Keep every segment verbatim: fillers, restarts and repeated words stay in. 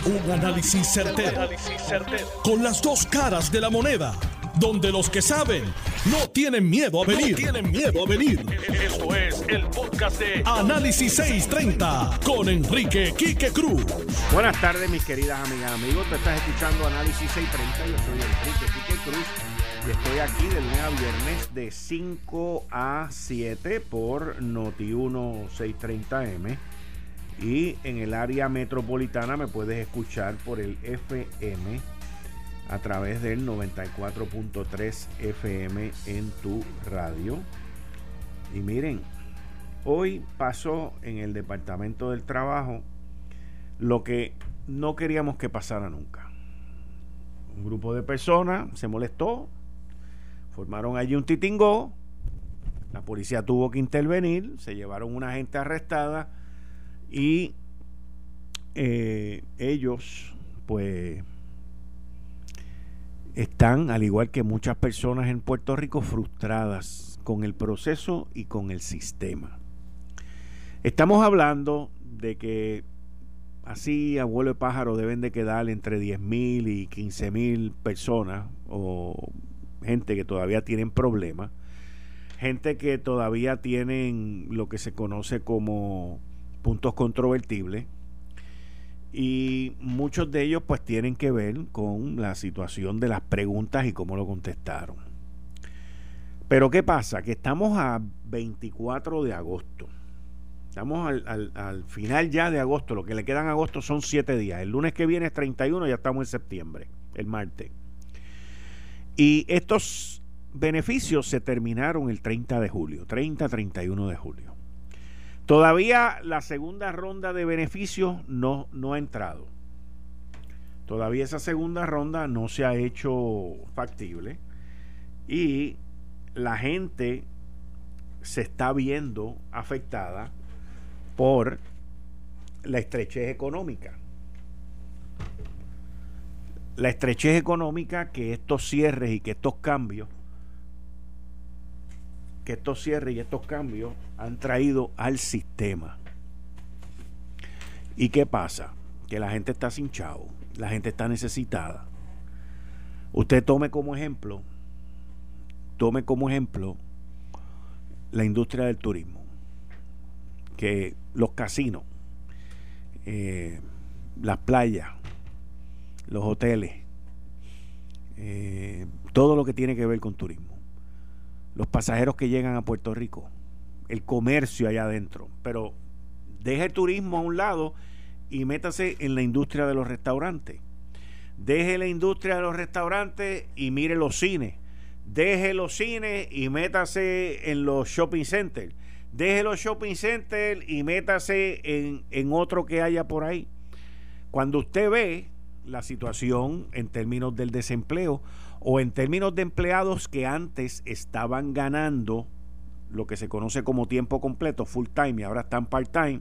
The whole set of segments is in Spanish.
Un análisis certero, con las dos caras de la moneda, donde los que saben no tienen miedo a venir. No tienen miedo a venir. Esto es el podcast de Análisis seiscientos treinta con Enrique Quique Cruz. Buenas tardes, mis queridas amigas y amigos. Tú estás escuchando Análisis seiscientos treinta. Yo soy Enrique Quique Cruz y estoy aquí de lunes a viernes de cinco a siete por Noti uno seiscientos treinta eme. Y en el área metropolitana me puedes escuchar por el F M a través del noventa y cuatro punto tres F M en tu radio. Y miren, hoy pasó en el Departamento del Trabajo lo que no queríamos que pasara nunca. Un grupo de personas se molestó, formaron allí un titingó, la policía tuvo que intervenir, se llevaron una gente arrestada. Y eh, ellos, pues, están, al igual que muchas personas en Puerto Rico, frustradas con el proceso y con el sistema. Estamos hablando de que así, a vuelo de pájaro, deben de quedar entre diez mil y quince mil personas o gente que todavía tienen problemas, gente que todavía tienen lo que se conoce como puntos controvertibles, y muchos de ellos pues tienen que ver con la situación de las preguntas y cómo lo contestaron. Pero ¿qué pasa? Que estamos a veinticuatro de agosto, estamos al, al, al final ya de agosto, lo que le quedan a agosto son siete días, el lunes que viene es treinta y uno, ya estamos en septiembre, el martes, y estos beneficios se terminaron el treinta de julio, treinta a treinta y uno de julio. Todavía la segunda ronda de beneficios no, no ha entrado. Todavía esa segunda ronda no se ha hecho factible y la gente se está viendo afectada por la estrechez económica. La estrechez económica que estos cierres y que estos cambios que estos cierres y estos cambios han traído al sistema. ¿Y qué pasa? Que la gente está sin chavo, la gente está necesitada. Usted tome como ejemplo, tome como ejemplo la industria del turismo, que los casinos, eh, las playas, los hoteles, eh, todo lo que tiene que ver con turismo, los pasajeros que llegan a Puerto Rico, el comercio allá adentro, pero deje el turismo a un lado y métase en la industria de los restaurantes. Deje la industria de los restaurantes y mire los cines. Deje los cines y métase en los shopping centers. Deje los shopping centers y métase en, en otro que haya por ahí. Cuando usted ve la situación en términos del desempleo o en términos de empleados que antes estaban ganando lo que se conoce como tiempo completo, full time, y ahora están part time,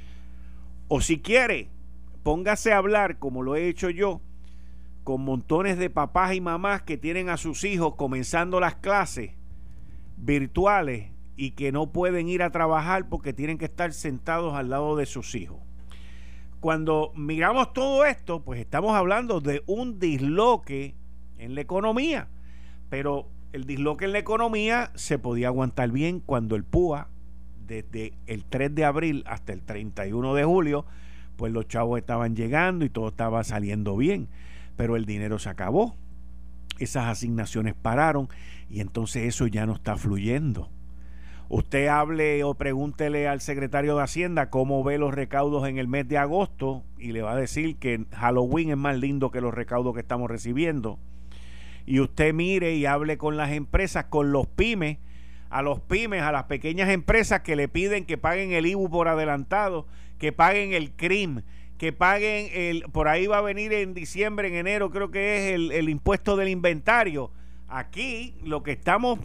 o si quiere, póngase a hablar, como lo he hecho yo, con montones de papás y mamás que tienen a sus hijos comenzando las clases virtuales y que no pueden ir a trabajar porque tienen que estar sentados al lado de sus hijos. Cuando miramos todo esto, pues estamos hablando de un disloque en la economía, pero el disloque en la economía se podía aguantar bien cuando el P U A, desde el tres de abril hasta el treinta y uno de julio, pues los chavos estaban llegando y todo estaba saliendo bien, pero el dinero se acabó, esas asignaciones pararon y entonces eso ya no está fluyendo. Usted hable o pregúntele al secretario de Hacienda cómo ve los recaudos en el mes de agosto y le va a decir que Halloween es más lindo que los recaudos que estamos recibiendo. Y usted mire y hable con las empresas, con los pymes, a los pymes, a las pequeñas empresas que le piden que paguen el I V U por adelantado, que paguen el C R I M, que paguen el, por ahí va a venir en diciembre, en enero, creo que es el, el impuesto del inventario. Aquí lo que estamos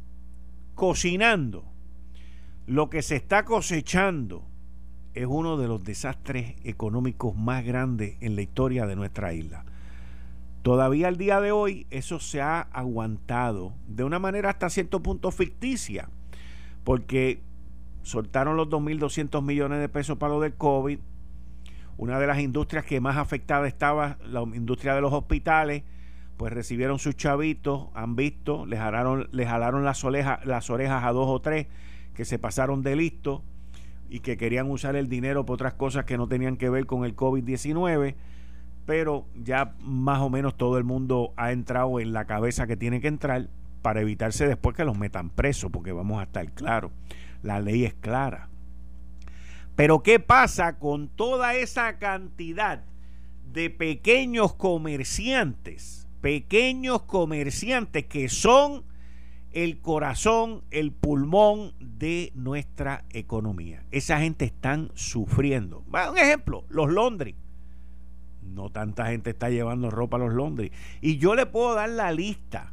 cocinando, lo que se está cosechando, es uno de los desastres económicos más grandes en la historia de nuestra isla. Todavía al día de hoy eso se ha aguantado de una manera hasta cierto punto ficticia, porque soltaron los dos mil doscientos millones de pesos para lo del COVID, una de las industrias que más afectada estaba, la industria de los hospitales, pues recibieron sus chavitos, han visto, les jalaron, les jalaron las orejas, las orejas a dos o tres que se pasaron de listo y que querían usar el dinero por otras cosas que no tenían que ver con el COVID diecinueve, pero ya más o menos todo el mundo ha entrado en la cabeza que tiene que entrar para evitarse después que los metan presos, porque vamos a estar claros, la ley es clara. Pero ¿qué pasa con toda esa cantidad de pequeños comerciantes, pequeños comerciantes que son el corazón, el pulmón de nuestra economía? Esa gente están sufriendo. Bueno, un ejemplo, los laundry. No tanta gente está llevando ropa a los laundry. Y yo le puedo dar la lista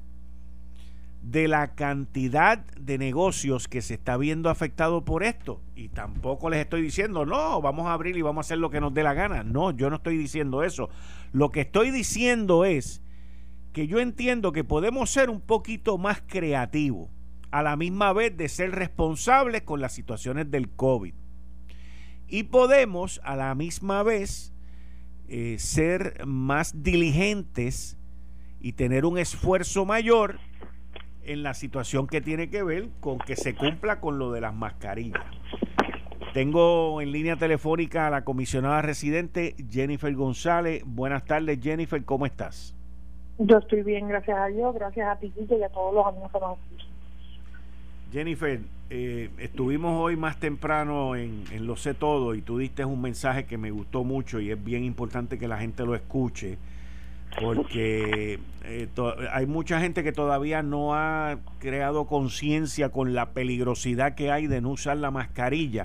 de la cantidad de negocios que se está viendo afectado por esto. Y tampoco les estoy diciendo, no, vamos a abrir y vamos a hacer lo que nos dé la gana. No, yo no estoy diciendo eso. Lo que estoy diciendo es que yo entiendo que podemos ser un poquito más creativos, a la misma vez de ser responsables con las situaciones del COVID. Y podemos a la misma vez eh, ser más diligentes y tener un esfuerzo mayor en la situación que tiene que ver con que se cumpla con lo de las mascarillas. Tengo en línea telefónica a la comisionada residente Jennifer González. Buenas tardes, Jennifer, ¿cómo estás? Yo estoy bien, gracias a Dios, gracias a ti y a todos los amigos que nos escuchan. Jennifer, eh, estuvimos hoy más temprano en, en Lo Sé Todo y tú diste un mensaje que me gustó mucho y es bien importante que la gente lo escuche, porque eh, to- hay mucha gente que todavía no ha creado conciencia con la peligrosidad que hay de no usar la mascarilla,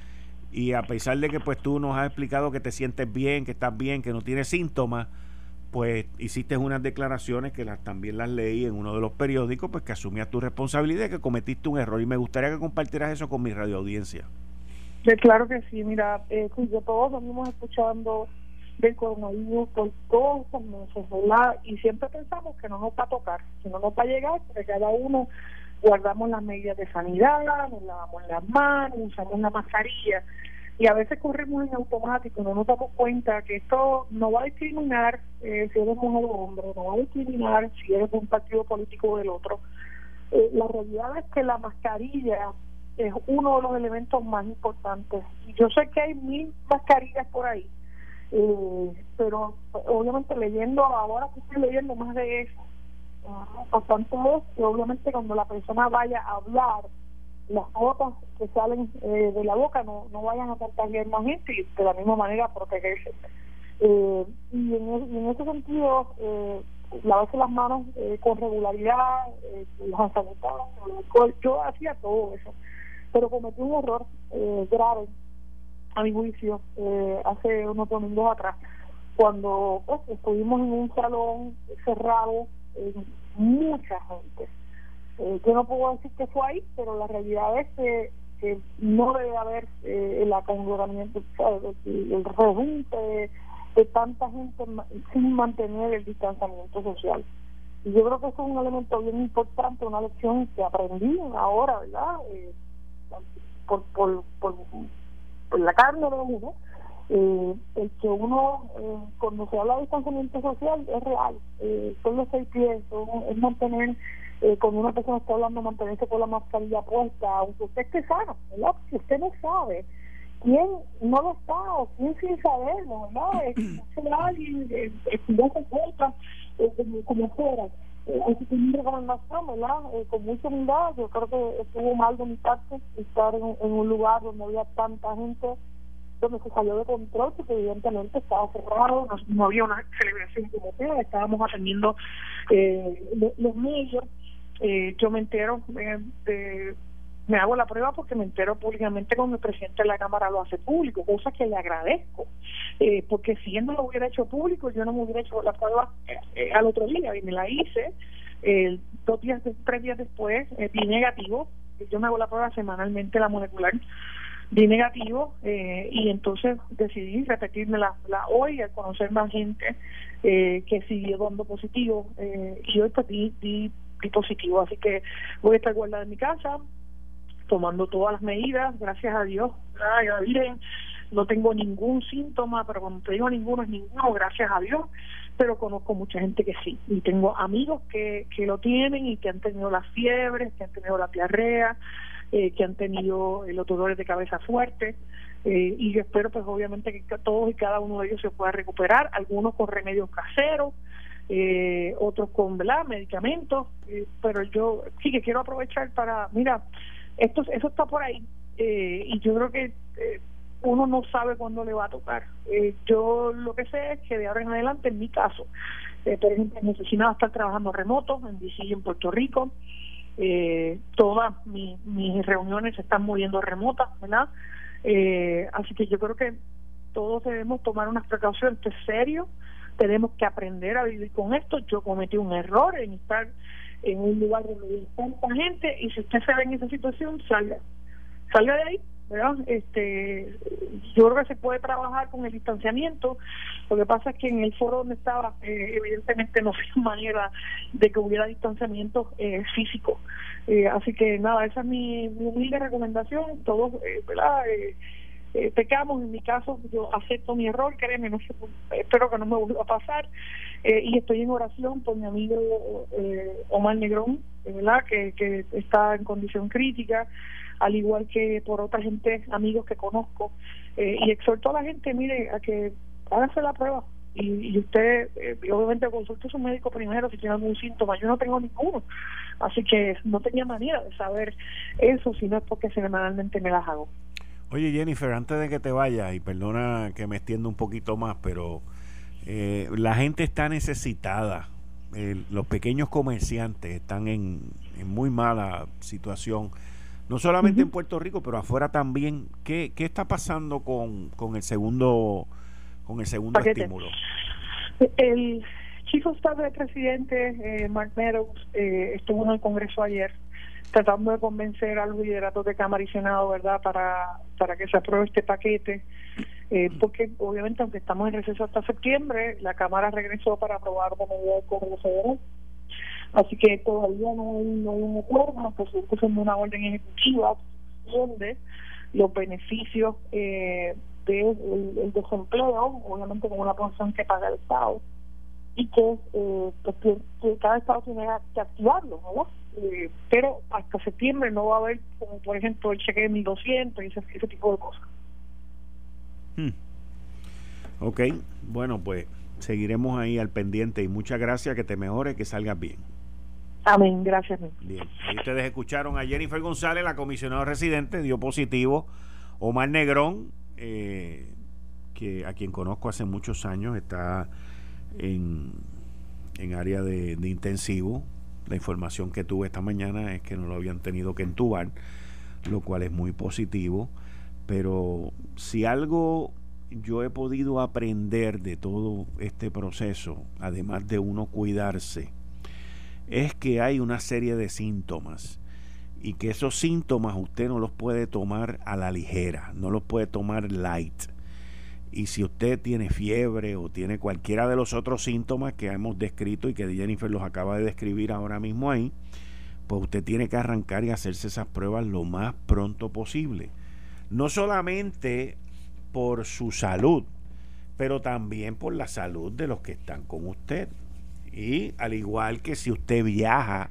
y a pesar de que pues tú nos has explicado que te sientes bien, que estás bien, que no tienes síntomas, pues hiciste unas declaraciones que las, también las leí en uno de los periódicos, pues que asumías tu responsabilidad y que cometiste un error, y me gustaría que compartieras eso con mi radioaudiencia. Sí, claro que sí, mira, eh, yo todos venimos escuchando del coronavirus por todos estos meses, ¿verdad? Y siempre pensamos que no nos va a tocar, que no nos va a llegar, porque cada uno guardamos las medidas de sanidad, nos lavamos las manos, usamos la mascarilla, y a veces corremos en automático, no nos damos cuenta que esto no va a discriminar eh, si eres mujer o hombre, no va a discriminar si eres de un partido político o del otro. Eh, la realidad es que la mascarilla es uno de los elementos más importantes. Y yo sé que hay mil mascarillas por ahí, eh, pero obviamente leyendo, ahora que estoy leyendo más de eso, uh, bastante es que obviamente cuando la persona vaya a hablar, las gotas que salen eh, de la boca no, no vayan a contagiar más gente y de la misma manera protegerse. Eh, y, en, y en ese sentido, eh, lavarse las manos eh, con regularidad, eh, las sanitarias, el alcohol, yo hacía todo eso, pero cometí un error eh, grave, a mi juicio, eh, hace unos domingos atrás, cuando pues, estuvimos en un salón cerrado, eh, mucha gente. Eh, yo no puedo decir que fue ahí, pero la realidad es que, que no debe haber eh, el aconglomeramiento, el, el rejunte de, de tanta gente sin mantener el distanciamiento social. Y yo creo que eso es un elemento bien importante, una lección que aprendí ahora, ¿verdad? Eh, por, por, por, por la carne de uno, eh, el que uno, eh, cuando se habla de distanciamiento social, es real. Eh, son los seis pies, son, es mantener. Eh, cuando una persona está hablando, mantenerse con la mascarilla puesta, aunque usted esté sano, ¿verdad? Si usted no sabe quién no lo está o quién sin saberlo, ¿verdad? Escuche a alguien, estudiarse cosas, como, como fuera. Eh, hay que tener recomendación, ¿verdad? Eh, con mucha humildad. Yo creo que estuvo mal de mi parte estar en, en un lugar donde había tanta gente, donde se salió de control, porque evidentemente estaba cerrado, no, no había una celebración como tal, estábamos atendiendo eh, los, los medios. Eh, yo me entero, eh, de, me hago la prueba porque me entero públicamente cuando el presidente de la Cámara lo hace público, cosa que le agradezco, eh, porque si él no lo hubiera hecho público, yo no me hubiera hecho la prueba eh, eh, al otro día, y me la hice, eh, dos días, tres días después, eh, di negativo. Yo me hago la prueba semanalmente, la molecular, di negativo, eh, y entonces decidí repetirme la, la hoy al conocer más gente eh, que siguió dando positivo, eh, y hoy pues di, di positivo, así que voy a estar guardada en mi casa tomando todas las medidas, gracias a Dios, ay, a Virgen, no tengo ningún síntoma, pero cuando te digo ninguno es ninguno, gracias a Dios, pero conozco mucha gente que sí, y tengo amigos que, que lo tienen y que han tenido las fiebres, que han tenido la diarrea, eh, que han tenido los dolores de cabeza fuertes, eh, y yo espero pues obviamente que todos y cada uno de ellos se pueda recuperar, algunos con remedios caseros, eh, otros con, ¿verdad?, medicamentos, eh, pero yo sí que quiero aprovechar para, mira, esto eso está por ahí, eh, y yo creo que eh, uno no sabe cuándo le va a tocar. Eh, yo lo que sé es que de ahora en adelante, en mi caso, eh, por ejemplo, mi oficina va a estar trabajando remoto en D C y en Puerto Rico, eh, todas mi, mis reuniones se están moviendo remotas, ¿verdad? Eh, así que yo creo que todos debemos tomar unas precauciones. Esto es serio, tenemos que aprender a vivir con esto. Yo cometí un error en estar en un lugar donde hay tanta gente, y si usted se ve en esa situación, salga salga de ahí, ¿verdad? Este, yo creo que se puede trabajar con el distanciamiento. Lo que pasa es que en el foro donde estaba, eh, evidentemente no había manera de que hubiera distanciamiento eh, físico. Eh, así que nada, esa es mi, mi humilde recomendación. Todos, eh, ¿verdad? Eh, eh, pecamos, en mi caso yo acepto mi error, créeme, no sé, espero que no me vuelva a pasar, eh, y estoy en oración por mi amigo eh, Omar Negrón, ¿verdad?, que, que está en condición crítica, al igual que por otra gente, amigos que conozco, eh, y exhorto a la gente, mire, a que hágase la prueba, y, y usted eh, obviamente consulte a su médico primero si tiene algún síntoma. Yo no tengo ninguno, así que no tenía manera de saber eso, si no es porque semanalmente me las hago. Oye, Jennifer, antes de que te vayas, y perdona que me extienda un poquito más, pero eh, la gente está necesitada, eh, los pequeños comerciantes están en, en muy mala situación, no solamente uh-huh. en Puerto Rico, pero afuera también. ¿Qué, qué está pasando con, con el segundo con el segundo Paquete. estímulo? El Chief of Staff del presidente, eh, Mark Meadows, eh, estuvo en el Congreso ayer tratando de convencer a los lideratos de Cámara y Senado, ¿verdad?, para para que se apruebe este paquete, eh, porque obviamente aunque estamos en receso hasta septiembre, la Cámara regresó para aprobar de medida del Congreso federal. Así que todavía no hay, no hay un acuerdo, pues se puso una orden ejecutiva donde los beneficios eh, del de el desempleo, obviamente con una pensión que paga el Estado, y que, eh, pues, que, que cada Estado tiene que activarlo, ¿verdad? Eh, pero hasta septiembre no va a haber, como por ejemplo el cheque de mil doscientos y ese, ese tipo de cosas. Hmm. Ok, bueno, pues seguiremos ahí al pendiente, y muchas gracias, que te mejores, que salgas bien. Amén, gracias. Bien, ahí ustedes escucharon a Jennifer González, la comisionada residente, dio positivo. Omar Negrón, eh, que a quien conozco hace muchos años, está en, en área de, de intensivo. La información que tuve esta mañana es que no lo habían tenido que entubar, lo cual es muy positivo. Pero si algo yo he podido aprender de todo este proceso, además de uno cuidarse, es que hay una serie de síntomas, y que esos síntomas usted no los puede tomar a la ligera, no los puede tomar light. Y si usted tiene fiebre o tiene cualquiera de los otros síntomas que hemos descrito y que Jennifer los acaba de describir ahora mismo ahí, pues usted tiene que arrancar y hacerse esas pruebas lo más pronto posible. No solamente por su salud, pero también por la salud de los que están con usted. Y al igual que si usted viaja,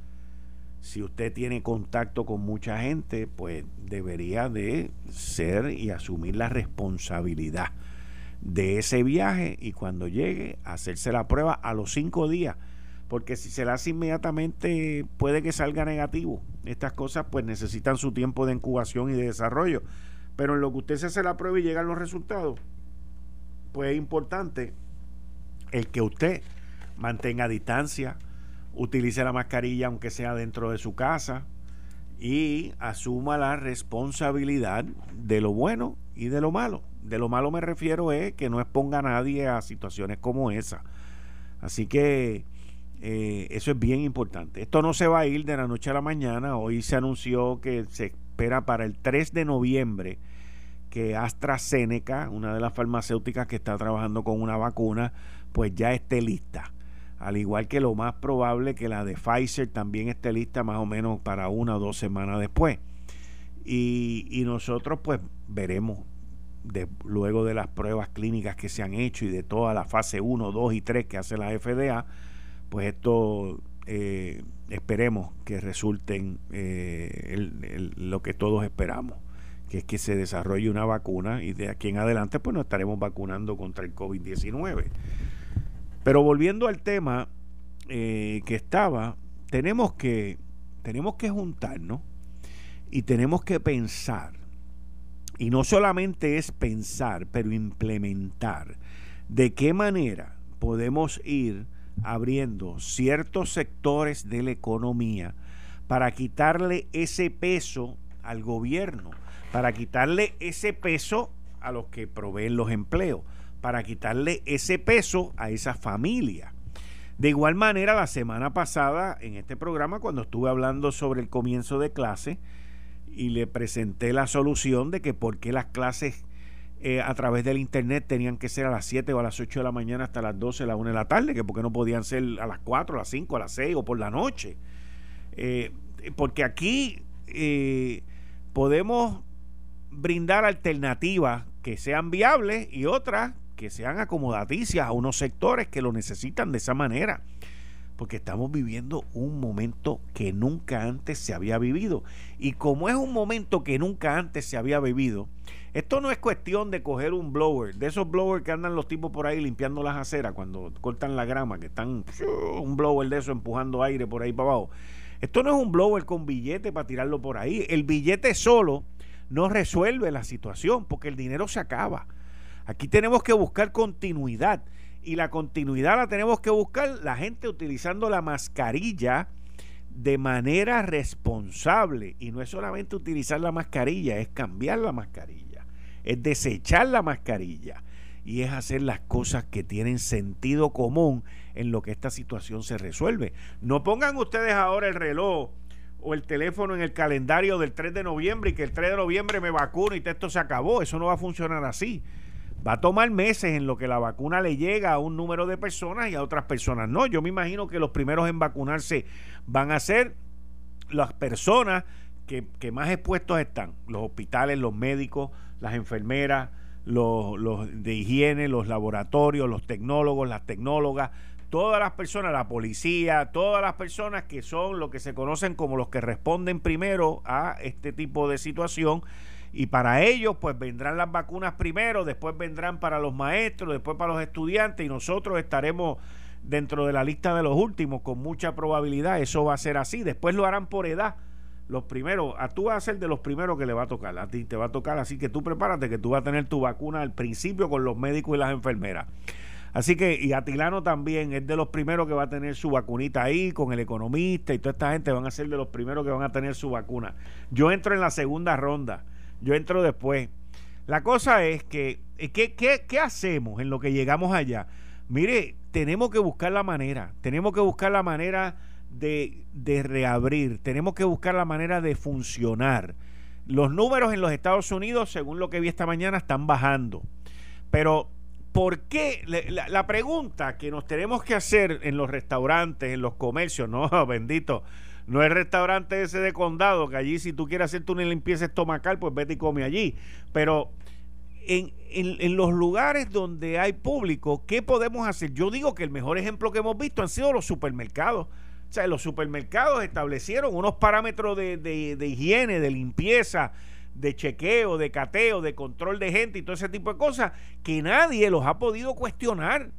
si usted tiene contacto con mucha gente, pues debería de ser y asumir la responsabilidad de ese viaje, y cuando llegue hacerse la prueba a los cinco días, porque si se la hace inmediatamente puede que salga negativo. Estas cosas pues necesitan su tiempo de incubación y de desarrollo, pero en lo que usted se hace la prueba y llegan los resultados, pues es importante el que usted mantenga distancia, utilice la mascarilla aunque sea dentro de su casa, y asuma la responsabilidad de lo bueno y de lo malo. De lo malo me refiero es que no exponga a nadie a situaciones como esa. Así que eh, eso es bien importante. Esto no se va a ir de la noche a la mañana. Hoy se anunció que se espera para el tres de noviembre que AstraZeneca, una de las farmacéuticas que está trabajando con una vacuna, pues ya esté lista. Al igual que lo más probable que la de Pfizer también esté lista más o menos para una o dos semanas después. Y, y nosotros pues veremos de, luego de las pruebas clínicas que se han hecho y de toda la fase uno, dos y tres que hace la F D A, pues esto eh, esperemos que resulten eh, el, el, lo que todos esperamos, que es que se desarrolle una vacuna, y de aquí en adelante pues nos estaremos vacunando contra el COVID diecinueve. Pero volviendo al tema eh, que estaba, tenemos que tenemos que juntarnos y tenemos que pensar, y no solamente es pensar, pero implementar de qué manera podemos ir abriendo ciertos sectores de la economía para quitarle ese peso al gobierno, para quitarle ese peso a los que proveen los empleos, para quitarle ese peso a esa familia. De igual manera, la semana pasada en este programa, cuando estuve hablando sobre el comienzo de clase y le presenté la solución de que por qué las clases eh, a través del internet tenían que ser a las siete o a las ocho de la mañana hasta las doce, a la una de la tarde, que por qué no podían ser a las cuatro, a las cinco, a las seis o por la noche. Eh, porque aquí eh, podemos brindar alternativas que sean viables y otras que sean acomodaticias a unos sectores que lo necesitan de esa manera, porque estamos viviendo un momento que nunca antes se había vivido, y como es un momento que nunca antes se había vivido, esto no es cuestión de coger un blower, de esos blowers que andan los tipos por ahí limpiando las aceras cuando cortan la grama, que están un blower de eso empujando aire por ahí para abajo. Esto no es un blower con billete para tirarlo por ahí. El billete solo no resuelve la situación, porque el dinero se acaba. Aquí tenemos que buscar continuidad, y la continuidad la tenemos que buscar la gente utilizando la mascarilla de manera responsable, y no es solamente utilizar la mascarilla, es cambiar la mascarilla, es desechar la mascarilla, y es hacer las cosas que tienen sentido común en lo que esta situación se resuelve. No pongan ustedes ahora el reloj o el teléfono en el calendario del tres de noviembre y que el tres de noviembre me vacuno y esto se acabó. Eso no va a funcionar así. Va a tomar meses en lo que la vacuna le llega a un número de personas y a otras personas no. Yo me imagino que los primeros en vacunarse van a ser las personas que, que más expuestos están: los hospitales, los médicos, las enfermeras, los, los de higiene, los laboratorios, los tecnólogos, las tecnólogas, todas las personas, la policía, todas las personas que son lo que se conocen como los que responden primero a este tipo de situación. Y para ellos pues vendrán las vacunas primero, después vendrán para los maestros, después para los estudiantes, y nosotros estaremos dentro de la lista de los últimos con mucha probabilidad. Eso va a ser así. Después lo harán por edad. Los primeros, a tú vas a ser de los primeros que le va a tocar, a ti te va a tocar, así que tú prepárate que tú vas a tener tu vacuna al principio con los médicos y las enfermeras. Así que, y Atilano también es de los primeros que va a tener su vacunita ahí, con el economista y toda esta gente van a ser de los primeros que van a tener su vacuna. Yo entro en la segunda ronda. Yo entro después. La cosa es que, ¿qué, qué, qué hacemos en lo que llegamos allá? Mire, tenemos que buscar la manera, tenemos que buscar la manera de, de reabrir, tenemos que buscar la manera de funcionar. Los números en los Estados Unidos, según lo que vi esta mañana, están bajando. Pero, ¿por qué? La, la pregunta que nos tenemos que hacer en los restaurantes, en los comercios, no, bendito, no el restaurante ese de Condado, que allí si tú quieres hacerte una limpieza estomacal, pues vete y come allí. Pero en, en, en los lugares donde hay público, ¿qué podemos hacer? Yo digo que el mejor ejemplo que hemos visto han sido los supermercados. O sea, los supermercados establecieron unos parámetros de, de, de higiene, de limpieza, de chequeo, de cateo, de control de gente y todo ese tipo de cosas que nadie los ha podido cuestionar.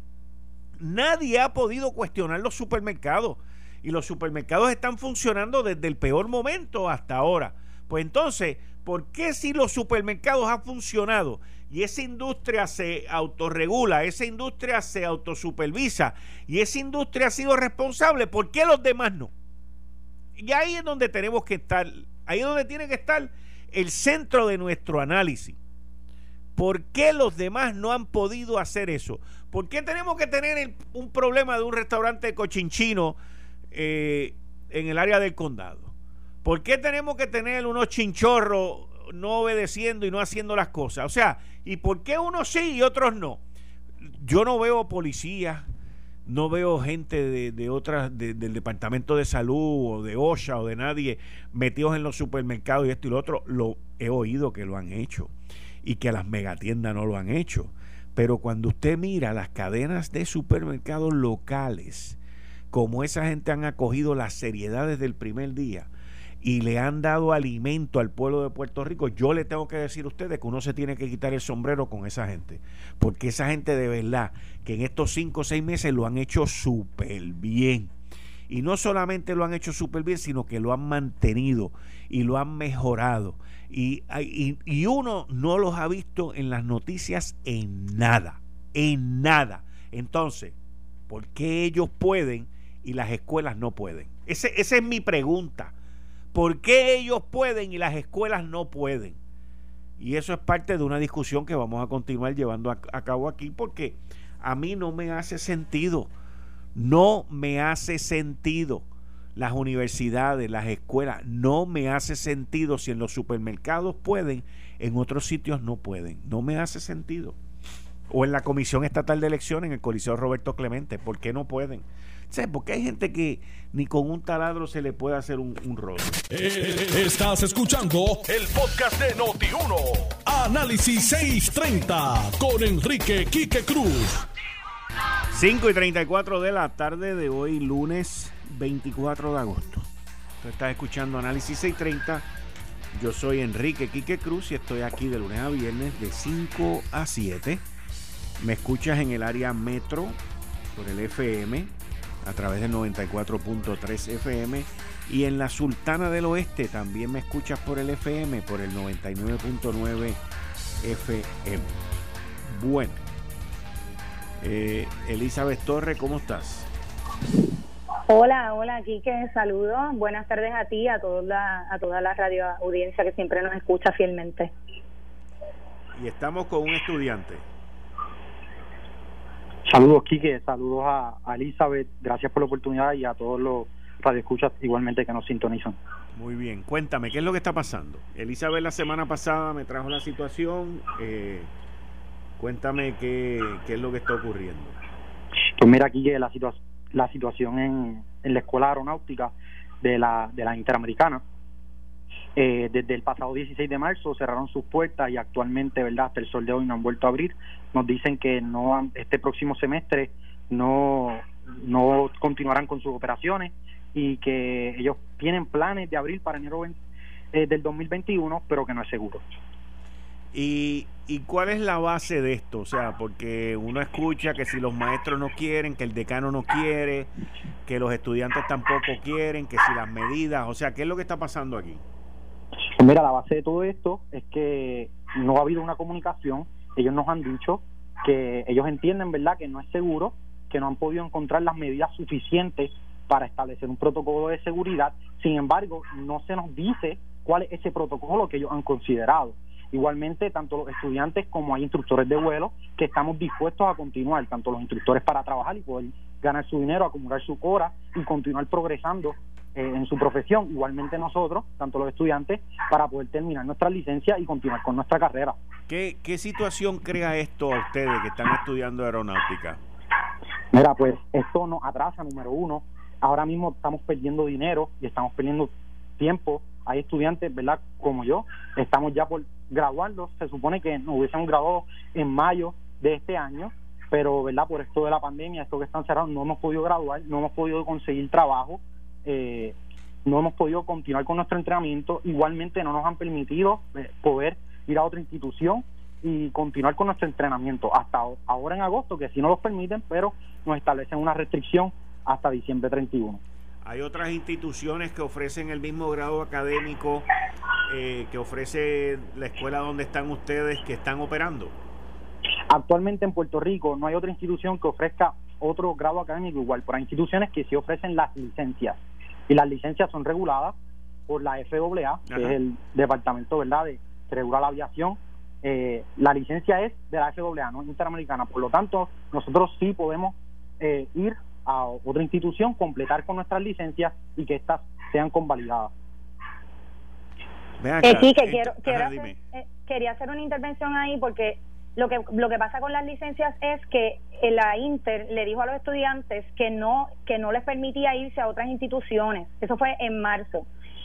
Nadie ha podido cuestionar los supermercados. Y los supermercados están funcionando desde el peor momento hasta ahora. Pues entonces, ¿por qué si los supermercados han funcionado y esa industria se autorregula, esa industria se autosupervisa y esa industria ha sido responsable, ¿por qué los demás no? Y ahí es donde tenemos que estar, ahí es donde tiene que estar el centro de nuestro análisis. ¿Por qué los demás no han podido hacer eso? ¿Por qué tenemos que tener el, un problema de un restaurante cochinchino Eh, en el área del condado? ¿Por qué tenemos que tener unos chinchorros no obedeciendo y no haciendo las cosas? O sea, ¿y por qué unos sí y otros no? Yo no veo policías, no veo gente de, de otras de, del departamento de salud o de OSHA o de nadie metidos en los supermercados y esto y lo otro. Lo he oído que lo han hecho y que las megatiendas no lo han hecho. Pero cuando usted mira las cadenas de supermercados locales, como esa gente han acogido la seriedad desde el primer día y le han dado alimento al pueblo de Puerto Rico, yo le tengo que decir a ustedes que uno se tiene que quitar el sombrero con esa gente, porque esa gente de verdad que en estos cinco o seis meses lo han hecho súper bien. Y no solamente lo han hecho súper bien, sino que lo han mantenido y lo han mejorado. Y, y, y uno no los ha visto en las noticias en nada, en nada. Entonces, ¿por qué ellos pueden y las escuelas no pueden? Ese, esa es mi pregunta. ¿Por qué ellos pueden y las escuelas no pueden? Y eso es parte de una discusión que vamos a continuar llevando a, a cabo aquí, porque a mí no me hace sentido. No me hace sentido. Las universidades, las escuelas, no me hace sentido. Si en los supermercados pueden, en otros sitios no pueden. No me hace sentido. O en la Comisión Estatal de Elecciones, en el Coliseo Roberto Clemente, ¿por qué no pueden? ¿Sabes? Porque hay gente que ni con un taladro se le puede hacer un, un rollo. Eh, estás escuchando el podcast de Noti uno. Análisis seiscientos treinta con Enrique Quique Cruz. cinco y treinta y cuatro de la tarde de hoy, lunes veinticuatro de agosto. Tú estás escuchando Análisis seiscientos treinta. Yo soy Enrique Quique Cruz y estoy aquí de lunes a viernes de cinco a siete. Me escuchas en el área metro por el F M a través del noventa y cuatro punto tres F M, y en la Sultana del Oeste también me escuchas por el F M por el noventa y nueve punto nueve F M. Bueno, eh, Elizabeth Torres, ¿cómo estás? Hola, hola, Quique, saludos. Buenas tardes a ti, a toda la, a toda la radio audiencia que siempre nos escucha fielmente. Y estamos con un estudiante. Saludos, Quique, saludos a, a Elizabeth, gracias por la oportunidad, y a todos los radioescuchas igualmente que nos sintonizan. Muy bien, cuéntame, ¿qué es lo que está pasando? Elizabeth la semana pasada me trajo la situación, eh, cuéntame qué, qué es lo que está ocurriendo. Pues mira, Quique, la, situa- la situación en, en la Escuela Aeronáutica de la, de la Interamericana, eh, desde el pasado dieciséis de marzo cerraron sus puertas y actualmente, verdad, hasta el sol de hoy no han vuelto a abrir. Nos dicen que no han, este próximo semestre no, no continuarán con sus operaciones y que ellos tienen planes de abrir para enero eh, del dos mil veintiuno, pero que no es seguro. ¿Y, ¿Y cuál es la base de esto? O sea, porque uno escucha que si los maestros no quieren, que el decano no quiere, que los estudiantes tampoco quieren, que si las medidas, o sea, ¿qué es lo que está pasando aquí? Pues mira, la base de todo esto es que no ha habido una comunicación. Ellos nos han dicho que ellos entienden, ¿verdad?, que no es seguro, que no han podido encontrar las medidas suficientes para establecer un protocolo de seguridad. Sin embargo, no se nos dice cuál es ese protocolo que ellos han considerado. Igualmente, tanto los estudiantes como hay instructores de vuelo que estamos dispuestos a continuar, tanto los instructores para trabajar y poder ganar su dinero, acumular su hora y continuar progresando eh, en su profesión. Igualmente nosotros, tanto los estudiantes, para poder terminar nuestra licencia y continuar con nuestra carrera. ¿Qué, qué situación crea esto a ustedes que están estudiando aeronáutica? Mira, pues esto nos atrasa, número uno. Ahora mismo estamos perdiendo dinero y estamos perdiendo tiempo. Hay estudiantes, ¿verdad?, como yo, estamos ya por graduarlos. Se supone que nos hubiésemos graduado en mayo de este año, pero, ¿verdad?, por esto de la pandemia, esto que están cerrados, no hemos podido graduar, no hemos podido conseguir trabajo, eh, no hemos podido continuar con nuestro entrenamiento. Igualmente no nos han permitido eh, poder ir a otra institución y continuar con nuestro entrenamiento hasta ahora en agosto, que sí nos los permiten, pero nos establecen una restricción hasta diciembre treinta y uno. ¿Hay otras instituciones que ofrecen el mismo grado académico eh, que ofrece la escuela donde están ustedes, que están operando? Actualmente en Puerto Rico no hay otra institución que ofrezca otro grado académico igual, pero hay instituciones que sí ofrecen las licencias, y las licencias son reguladas por la F A A, que Ajá. es el departamento, ¿verdad?, de que regula la aviación. Eh, la licencia es de la F A A, no es interamericana, por lo tanto nosotros sí podemos eh, ir a otra institución, completar con nuestras licencias y que éstas sean convalidadas. Eh, sí, que quiero, quiero Ajá, hacer, eh, quería hacer una intervención ahí, porque lo que lo que pasa con las licencias es que la Inter le dijo a los estudiantes que no que no les permitía irse a otras instituciones. Eso fue en marzo.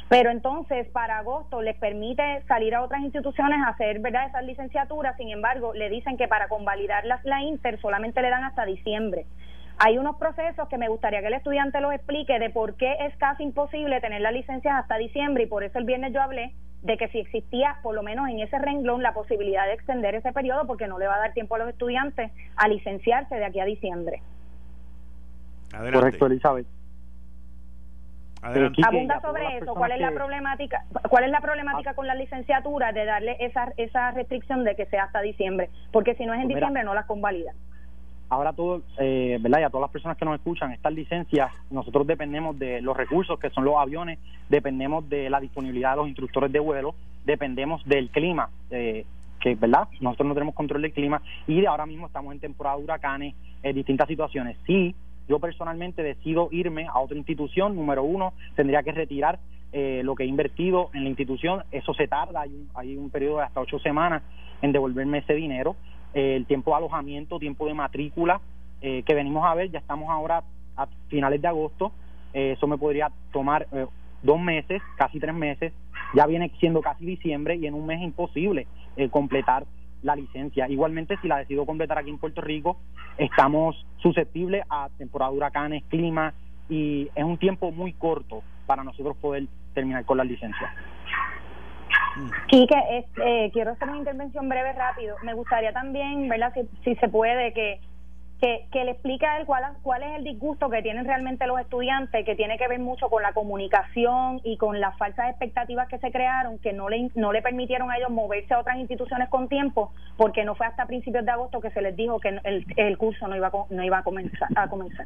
Pero entonces para agosto les permite salir a otras instituciones a hacer, ¿verdad?, esas licenciaturas. Sin embargo, le dicen que para convalidar la, la Inter solamente le dan hasta diciembre. Hay unos procesos que me gustaría que el estudiante los explique de por qué es casi imposible tener las licencias hasta diciembre, y por eso el viernes yo hablé de que si existía, por lo menos en ese renglón, la posibilidad de extender ese periodo, porque no le va a dar tiempo a los estudiantes a licenciarse de aquí a diciembre. Adelante. Correcto, Elizabeth. Adelante. Abunda sobre eso. ¿Cuál es la problemática? ¿Cuál es la problemática con las licenciaturas de darle esa esa restricción de que sea hasta diciembre? Porque si no es en pues diciembre mira, no las convalida. Ahora todo, eh, ¿verdad? Y a todas las personas que nos escuchan, estas licencias, nosotros dependemos de los recursos que son los aviones, dependemos de la disponibilidad de los instructores de vuelo, dependemos del clima, eh, que, ¿verdad? Nosotros no tenemos control del clima, y de ahora mismo estamos en temporada de huracanes, en distintas situaciones. Sí, yo personalmente decido irme a otra institución, número uno, tendría que retirar eh, lo que he invertido en la institución. Eso se tarda, hay un, hay un periodo de hasta ocho semanas en devolverme ese dinero. Eh, el tiempo de alojamiento, tiempo de matrícula, eh, que venimos a ver, ya estamos ahora a finales de agosto, eh, eso me podría tomar eh, dos meses, casi tres meses, ya viene siendo casi diciembre, y en un mes es imposible eh, completar la licencia. Igualmente, si la decido completar aquí en Puerto Rico, estamos susceptibles a temporada de huracanes, clima, y es un tiempo muy corto para nosotros poder terminar con las licencias. Quique, este, quiero hacer una intervención breve, rápido. Me gustaría también, ¿verdad?, si, si se puede, que, que, que le explique a él cuál, cuál es el disgusto que tienen realmente los estudiantes, que tiene que ver mucho con la comunicación y con las falsas expectativas que se crearon, que no le, no le permitieron a ellos moverse a otras instituciones con tiempo, porque no fue hasta principios de agosto que se les dijo que el, el curso no iba, a, no iba a comenzar. A comenzar.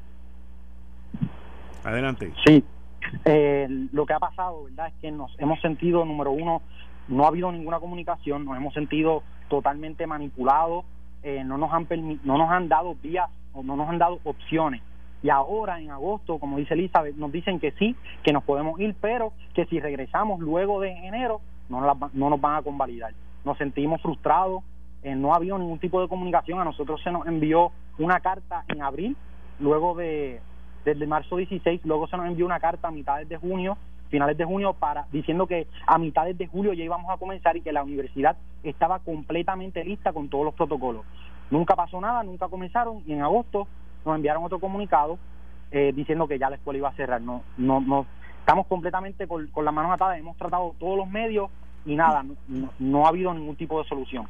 Adelante. Sí. Eh, lo que ha pasado, ¿verdad?, es que nos hemos sentido, número uno, no ha habido ninguna comunicación, nos hemos sentido totalmente manipulados, eh, no nos han permi- no nos han dado vías o no nos han dado opciones, y ahora en agosto, como dice Elizabeth, nos dicen que sí, que nos podemos ir, pero que si regresamos luego de enero no nos, la, no nos van a convalidar. Nos sentimos frustrados, eh, no ha habido ningún tipo de comunicación. A nosotros se nos envió una carta en abril, luego de desde marzo dieciséis, luego se nos envió una carta a mitades de junio, finales de junio, para diciendo que a mitades de julio ya íbamos a comenzar y que la universidad estaba completamente lista con todos los protocolos. Nunca pasó nada, nunca comenzaron, y en agosto nos enviaron otro comunicado eh, diciendo que ya la escuela iba a cerrar. No, no, no, estamos completamente con, con las manos atadas, hemos tratado todos los medios y nada, no, no, no ha habido ningún tipo de solución.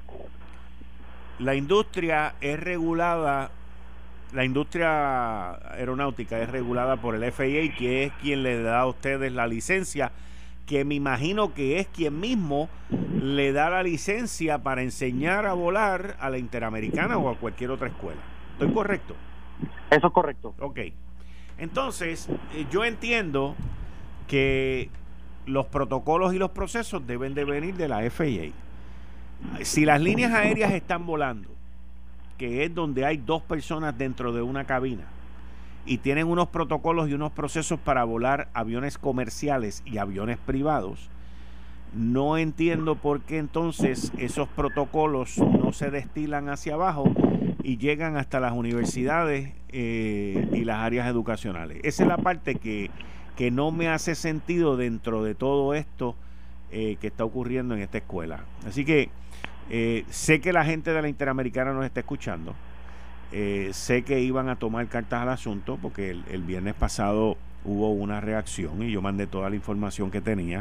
La industria es regulada. La industria aeronáutica es regulada por el F A A, que es quien le da a ustedes la licencia, que me imagino que es quien mismo le da la licencia para enseñar a volar a la Interamericana o a cualquier otra escuela. ¿Estoy correcto? Eso es correcto. Ok. Entonces, eh, yo entiendo que los protocolos y los procesos deben de venir de la F A A. Si las líneas aéreas están volando, que es donde hay dos personas dentro de una cabina, y tienen unos protocolos y unos procesos para volar aviones comerciales y aviones privados, no entiendo por qué entonces esos protocolos no se destilan hacia abajo y llegan hasta las universidades eh, y las áreas educacionales. Esa es la parte que, que no me hace sentido dentro de todo esto eh, que está ocurriendo en esta escuela. Así que Eh, sé que la gente de la Interamericana nos está escuchando. Eh, sé que iban a tomar cartas al asunto porque el, el viernes pasado hubo una reacción y yo mandé toda la información que tenía.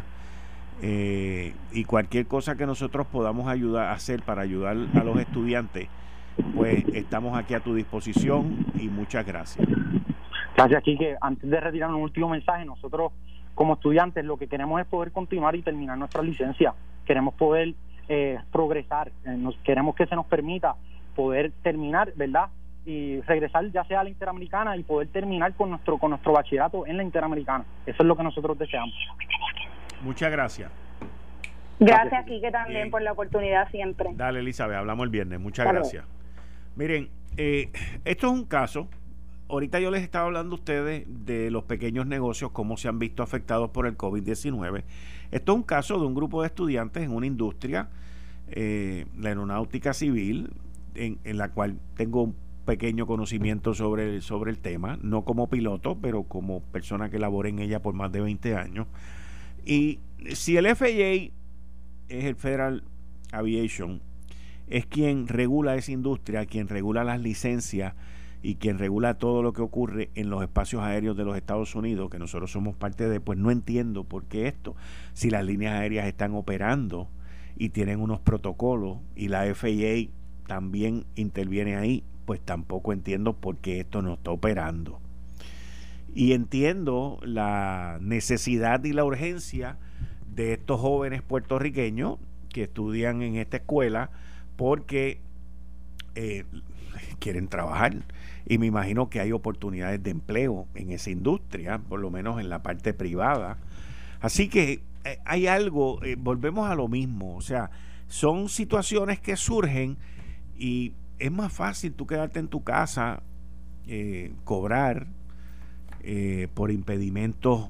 Eh, y cualquier cosa que nosotros podamos ayudar a hacer para ayudar a los estudiantes, pues estamos aquí a tu disposición, y muchas gracias. Gracias, Quique. Antes de retirar un último mensaje, nosotros como estudiantes lo que queremos es poder continuar y terminar nuestra licencia. Queremos poder Eh, progresar, eh, nos, queremos que se nos permita poder terminar, ¿verdad? Y regresar ya sea a la Interamericana y poder terminar con nuestro con nuestro bachillerato en la Interamericana. Eso es lo que nosotros deseamos. Muchas gracias. Gracias, Quique, también Bien. por la oportunidad siempre. Dale, Elizabeth, hablamos el viernes. Muchas Dale. gracias. Miren, eh, esto es un caso. Ahorita yo les estaba hablando a ustedes de los pequeños negocios, cómo se han visto afectados por el COVID diecinueve. Esto es un caso de un grupo de estudiantes en una industria, eh, la aeronáutica civil, en, en la cual tengo un pequeño conocimiento sobre, sobre el tema, no como piloto, pero como persona que labora en ella por más de veinte años. Y si el F A A es el Federal Aviation, es quien regula esa industria, quien regula las licencias y quien regula todo lo que ocurre en los espacios aéreos de los Estados Unidos, que nosotros somos parte de, pues no entiendo por qué esto. Si las líneas aéreas están operando y tienen unos protocolos y la F A A también interviene ahí, pues tampoco entiendo por qué esto no está operando. Y entiendo la necesidad y la urgencia de estos jóvenes puertorriqueños que estudian en esta escuela porque eh, quieren trabajar, y me imagino que hay oportunidades de empleo en esa industria, por lo menos en la parte privada. Así que eh, hay algo, eh, volvemos a lo mismo, o sea, son situaciones que surgen y es más fácil tú quedarte en tu casa, eh, cobrar eh, por impedimentos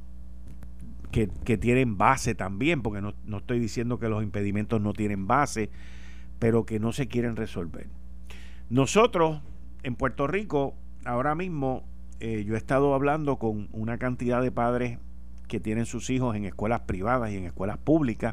que, que tienen base también, porque no, no estoy diciendo que los impedimentos no tienen base, pero que no se quieren resolver. Nosotros en Puerto Rico, ahora mismo, eh, yo he estado hablando con una cantidad de padres que tienen sus hijos en escuelas privadas y en escuelas públicas,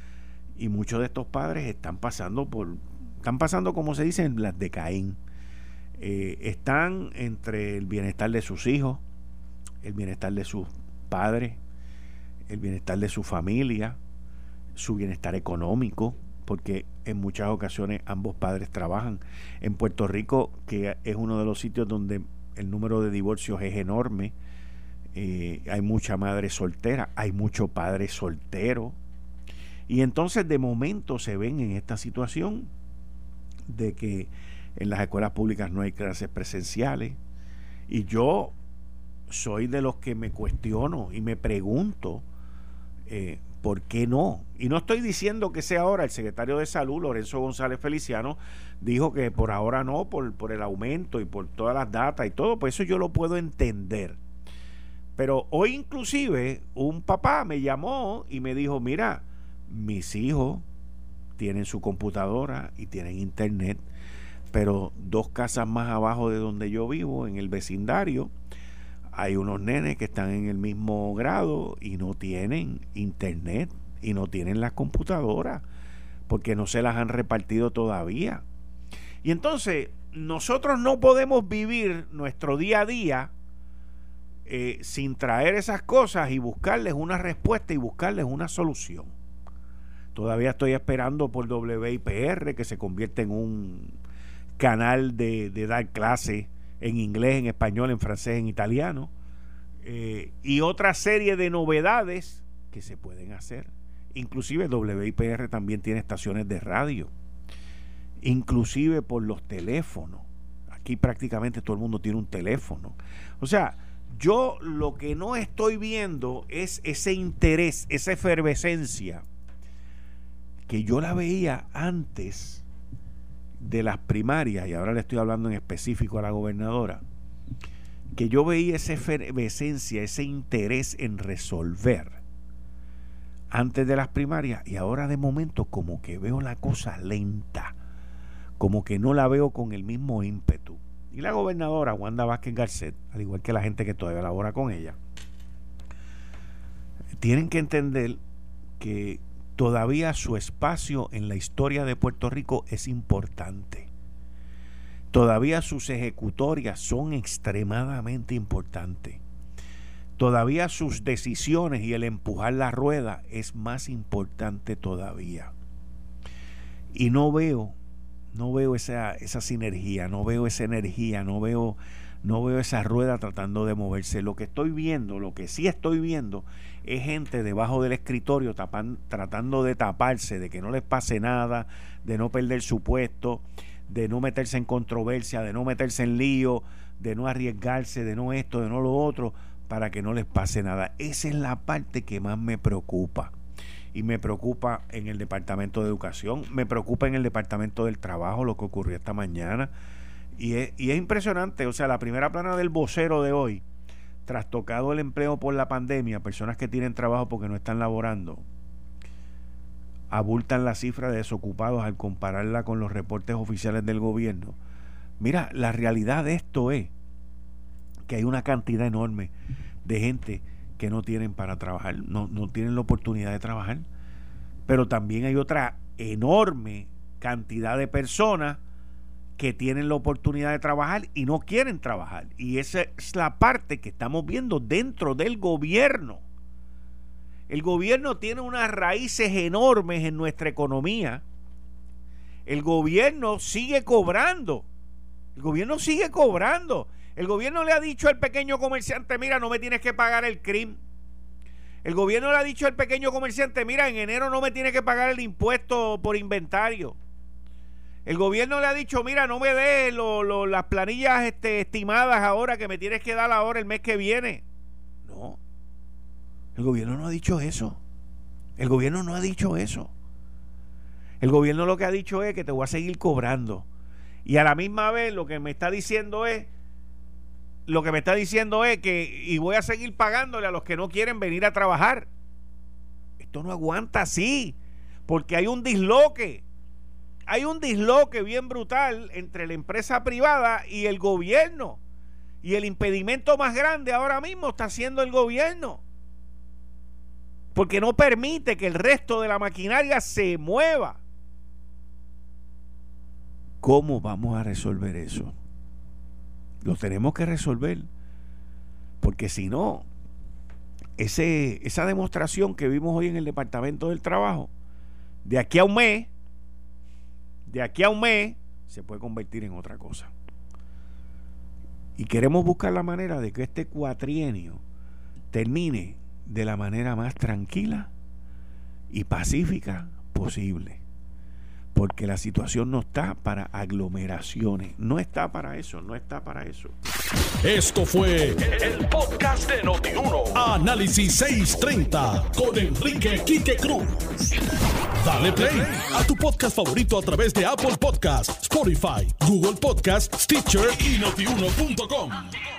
y muchos de estos padres están pasando por, están pasando como se dice en las de Caín. Eh, están entre el bienestar de sus hijos, el bienestar de sus padres, el bienestar de su familia, su bienestar económico, porque en muchas ocasiones ambos padres trabajan. En Puerto Rico, que es uno de los sitios donde el número de divorcios es enorme, eh, hay mucha madre soltera, hay mucho padre soltero, y entonces de momento se ven en esta situación de que en las escuelas públicas no hay clases presenciales, y yo soy de los que me cuestiono y me pregunto eh, ¿por qué no? Y no estoy diciendo que sea ahora. El secretario de Salud, Lorenzo González Feliciano, dijo que por ahora no, por, por el aumento y por todas las datas y todo, pues eso yo lo puedo entender. Pero hoy inclusive un papá me llamó y me dijo, mira, mis hijos tienen su computadora y tienen internet, pero dos casas más abajo de donde yo vivo, en el vecindario, hay unos nenes que están en el mismo grado y no tienen internet y no tienen las computadoras porque no se las han repartido todavía. Y entonces nosotros no podemos vivir nuestro día a día eh, sin traer esas cosas y buscarles una respuesta y buscarles una solución. Todavía estoy esperando por W I P R que se convierte en un canal de, de dar clases en inglés, en español, en francés, en italiano, eh, y otra serie de novedades que se pueden hacer. Inclusive W I P R también tiene estaciones de radio, inclusive por los teléfonos. Aquí prácticamente todo el mundo tiene un teléfono. O sea, yo lo que no estoy viendo es ese interés, esa efervescencia que yo la veía antes de las primarias, y ahora le estoy hablando en específico a la gobernadora, que yo veía esa efervescencia, ese interés en resolver antes de las primarias, y ahora de momento como que veo la cosa lenta, como que no la veo con el mismo ímpetu. Y la gobernadora Wanda Vázquez Garcet, al igual que la gente que todavía labora con ella, tienen que entender que todavía su espacio en la historia de Puerto Rico es importante. Todavía sus ejecutorias son extremadamente importantes. Todavía sus decisiones y el empujar la rueda es más importante todavía. Y no veo, no veo esa, esa sinergia, no veo esa energía, no veo, no veo esa rueda tratando de moverse. Lo que estoy viendo, lo que sí estoy viendo, es gente debajo del escritorio tapan, tratando de taparse, de que no les pase nada, de no perder su puesto, de no meterse en controversia, de no meterse en lío, de no arriesgarse, de no esto, de no lo otro, para que no les pase nada. Esa es la parte que más me preocupa. Y me preocupa en el Departamento de Educación, me preocupa en el Departamento del Trabajo, lo que ocurrió esta mañana. Y es, y es impresionante, o sea, la primera plana del vocero de hoy, trastocado el empleo por la pandemia, personas que tienen trabajo porque no están laborando, abultan la cifra de desocupados al compararla con los reportes oficiales del gobierno. Mira, la realidad de esto es que hay una cantidad enorme de gente que no tienen para trabajar, no, no tienen la oportunidad de trabajar. Pero también hay otra enorme cantidad de personas que tienen la oportunidad de trabajar y no quieren trabajar. Y esa es la parte que estamos viendo dentro del gobierno. El gobierno tiene unas raíces enormes en nuestra economía. El gobierno sigue cobrando. El gobierno sigue cobrando. El gobierno le ha dicho al pequeño comerciante, mira, no me tienes que pagar el C R I M. El gobierno le ha dicho al pequeño comerciante, mira, en enero no me tienes que pagar el impuesto por inventario. El gobierno le ha dicho, mira, no me des lo, lo, las planillas este, estimadas ahora, que me tienes que dar ahora el mes que viene. No. El gobierno no ha dicho eso. El gobierno no ha dicho eso. El gobierno lo que ha dicho es que te voy a seguir cobrando. Y a la misma vez lo que me está diciendo es, lo que me está diciendo es que, y voy a seguir pagándole a los que no quieren venir a trabajar. Esto no aguanta así, porque hay un disloque. Hay un disloque bien brutal entre la empresa privada y el gobierno. Y el impedimento más grande ahora mismo está siendo el gobierno. Porque no permite que el resto de la maquinaria se mueva. ¿Cómo vamos a resolver eso? Lo tenemos que resolver. Porque si no, ese, esa demostración que vimos hoy en el Departamento del Trabajo, de aquí a un mes, de aquí a un mes, se puede convertir en otra cosa. Y queremos buscar la manera de que este cuatrienio termine de la manera más tranquila y pacífica posible. Porque la situación no está para aglomeraciones. No está para eso, no está para eso. Esto fue el podcast de Notiuno. Análisis seiscientos treinta con Enrique Quique Cruz. Dale play a tu podcast favorito a través de Apple Podcasts, Spotify, Google Podcasts, Stitcher y notiuno punto com.